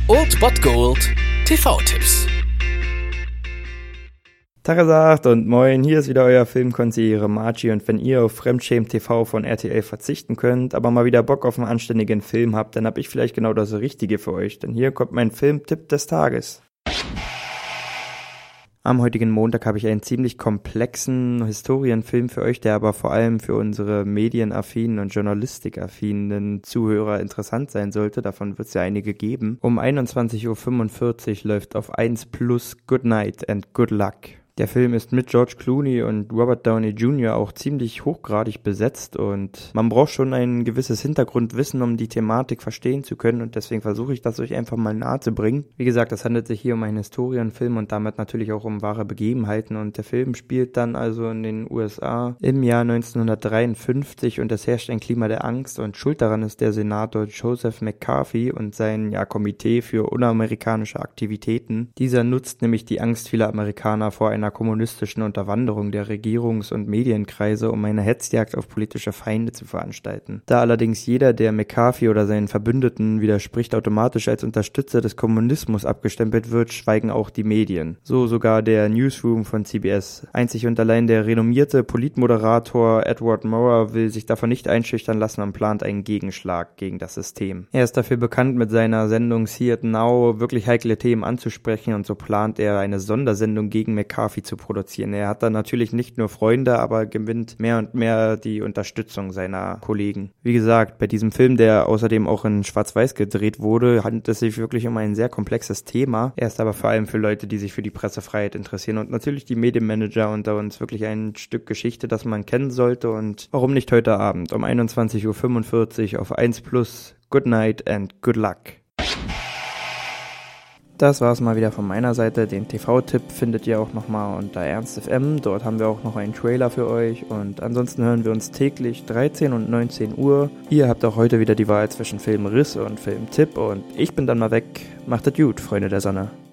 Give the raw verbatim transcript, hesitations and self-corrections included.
Old Bot Gold T V-Tipps. Tagesacht und moin, hier ist wieder euer Filmkonsigliere Margie und wenn ihr auf Fremdschämen T V von R T L verzichten könnt, aber mal wieder Bock auf einen anständigen Film habt, dann hab ich vielleicht genau das Richtige für euch, denn hier kommt mein Filmtipp des Tages. Am heutigen Montag habe ich einen ziemlich komplexen Historienfilm für euch, der aber vor allem für unsere medienaffinen und journalistikaffinen Zuhörer interessant sein sollte. Davon wird es ja einige geben. Um einundzwanzig Uhr fünfundvierzig läuft auf eins Plus Good Night and Good Luck. Der Film ist mit George Clooney und Robert Downey Junior auch ziemlich hochgradig besetzt und man braucht schon ein gewisses Hintergrundwissen, um die Thematik verstehen zu können und deswegen versuche ich das euch einfach mal nahe zu bringen. Wie gesagt, es handelt sich hier um einen Historienfilm und damit natürlich auch um wahre Begebenheiten und der Film spielt dann also in den U S A im Jahr neunzehnhundertdreiundfünfzig und es herrscht ein Klima der Angst und schuld daran ist der Senator Joseph McCarthy und sein ja, Komitee für unamerikanische Aktivitäten. Dieser nutzt nämlich die Angst vieler Amerikaner vor einer kommunistischen Unterwanderung der Regierungs- und Medienkreise, um eine Hetzjagd auf politische Feinde zu veranstalten. Da allerdings jeder, der McCarthy oder seinen Verbündeten widerspricht, automatisch als Unterstützer des Kommunismus abgestempelt wird, schweigen auch die Medien. So sogar der Newsroom von C B S. Einzig und allein der renommierte Politmoderator Edward Murrow will sich davon nicht einschüchtern lassen und plant einen Gegenschlag gegen das System. Er ist dafür bekannt, mit seiner Sendung See It Now wirklich heikle Themen anzusprechen und so plant er eine Sondersendung gegen McCarthy zu produzieren. Er hat dann natürlich nicht nur Freunde, aber gewinnt mehr und mehr die Unterstützung seiner Kollegen. Wie gesagt, bei diesem Film, der außerdem auch in Schwarz-Weiß gedreht wurde, handelt es sich wirklich um ein sehr komplexes Thema. Er ist aber vor allem für Leute, die sich für die Pressefreiheit interessieren und natürlich die Medienmanager unter uns wirklich ein Stück Geschichte, das man kennen sollte und warum nicht heute Abend um einundzwanzig Uhr fünfundvierzig auf eins Plus Good Night and Good Luck. Das war's mal wieder von meiner Seite. Den T V-Tipp findet ihr auch nochmal unter Ernst F M. Dort haben wir auch noch einen Trailer für euch. Und ansonsten hören wir uns täglich dreizehn und neunzehn Uhr. Ihr habt auch heute wieder die Wahl zwischen Filmriss und Filmtipp. Und ich bin dann mal weg. Macht es gut, Freunde der Sonne.